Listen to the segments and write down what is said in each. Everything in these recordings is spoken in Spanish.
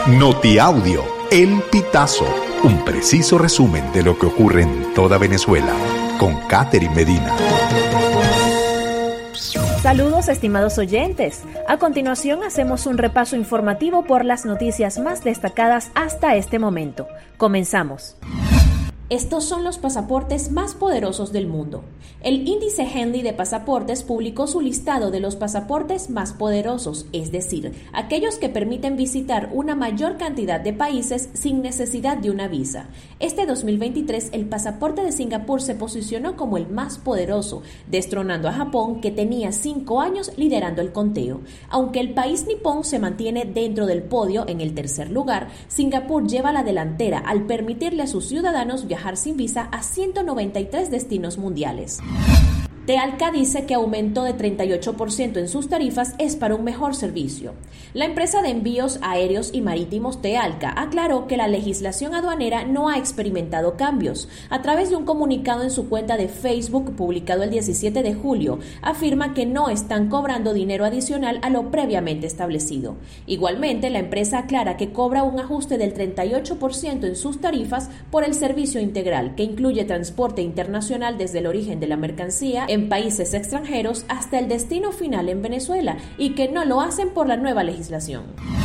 Notiaudio, El Pitazo, un preciso resumen de lo que ocurre en toda Venezuela, con Catherine Medina. Saludos, estimados oyentes. A continuación hacemos un repaso informativo por las noticias más destacadas hasta este momento. Comenzamos. Estos son los pasaportes más poderosos del mundo. El índice Henley de pasaportes publicó su listado de los pasaportes más poderosos, es decir, aquellos que permiten visitar una mayor cantidad de países sin necesidad de una visa. Este 2023, el pasaporte de Singapur se posicionó como el más poderoso, destronando a Japón, que tenía 5 años liderando el conteo. Aunque el país nipón se mantiene dentro del podio en el tercer lugar, Singapur lleva la delantera al permitirle a sus ciudadanos viajar sin visa a 193 destinos mundiales. Tealca dice que aumento de 38% en sus tarifas es para un mejor servicio. La empresa de envíos aéreos y marítimos Tealca aclaró que la legislación aduanera no ha experimentado cambios. A través de un comunicado en su cuenta de Facebook publicado el 17 de julio, afirma que no están cobrando dinero adicional a lo previamente establecido. Igualmente, la empresa aclara que cobra un ajuste del 38% en sus tarifas por el servicio integral, que incluye transporte internacional desde el origen de la mercancía en países extranjeros hasta el destino final en Venezuela, y que no lo hacen por la nueva legislación.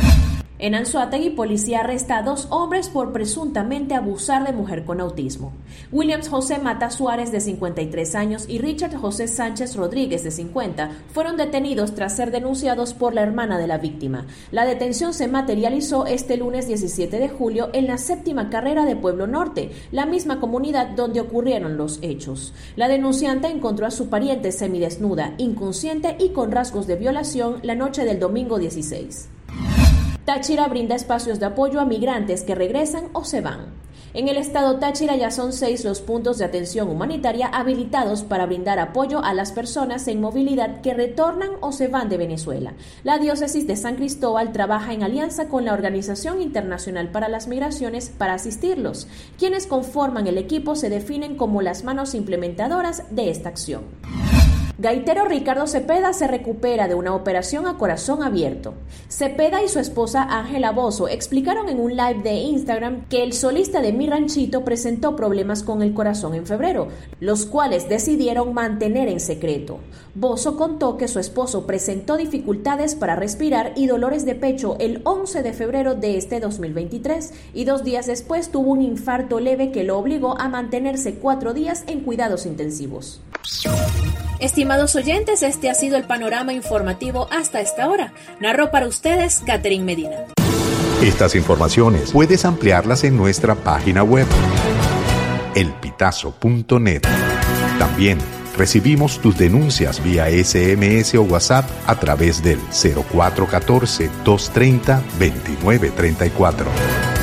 En Anzoátegui, policía arresta a 2 hombres por presuntamente abusar de mujer con autismo. Williams José Mata Suárez, de 53 años, y Richard José Sánchez Rodríguez, de 50, fueron detenidos tras ser denunciados por la hermana de la víctima. La detención se materializó este lunes 17 de julio en la 7ª carrera de Pueblo Norte, la misma comunidad donde ocurrieron los hechos. La denunciante encontró a su pariente semidesnuda, inconsciente y con rasgos de violación la noche del domingo 16. Táchira brinda espacios de apoyo a migrantes que regresan o se van. En el estado Táchira ya son 6 los puntos de atención humanitaria habilitados para brindar apoyo a las personas en movilidad que retornan o se van de Venezuela. La diócesis de San Cristóbal trabaja en alianza con la Organización Internacional para las Migraciones para asistirlos. Quienes conforman el equipo se definen como las manos implementadoras de esta acción. Gaitero Ricardo Cepeda se recupera de una operación a corazón abierto. Cepeda y su esposa Ángela Bozo explicaron en un live de Instagram que el solista de Mi Ranchito presentó problemas con el corazón en febrero, los cuales decidieron mantener en secreto. Bozo contó que su esposo presentó dificultades para respirar y dolores de pecho el 11 de febrero de este 2023 y 2 días después tuvo un infarto leve que lo obligó a mantenerse 4 días en cuidados intensivos. Estimados oyentes, este ha sido el panorama informativo hasta esta hora. Narró para ustedes Catherine Medina. Estas informaciones puedes ampliarlas en nuestra página web, elpitazo.net. También recibimos tus denuncias vía SMS o WhatsApp a través del 0414-230-2934.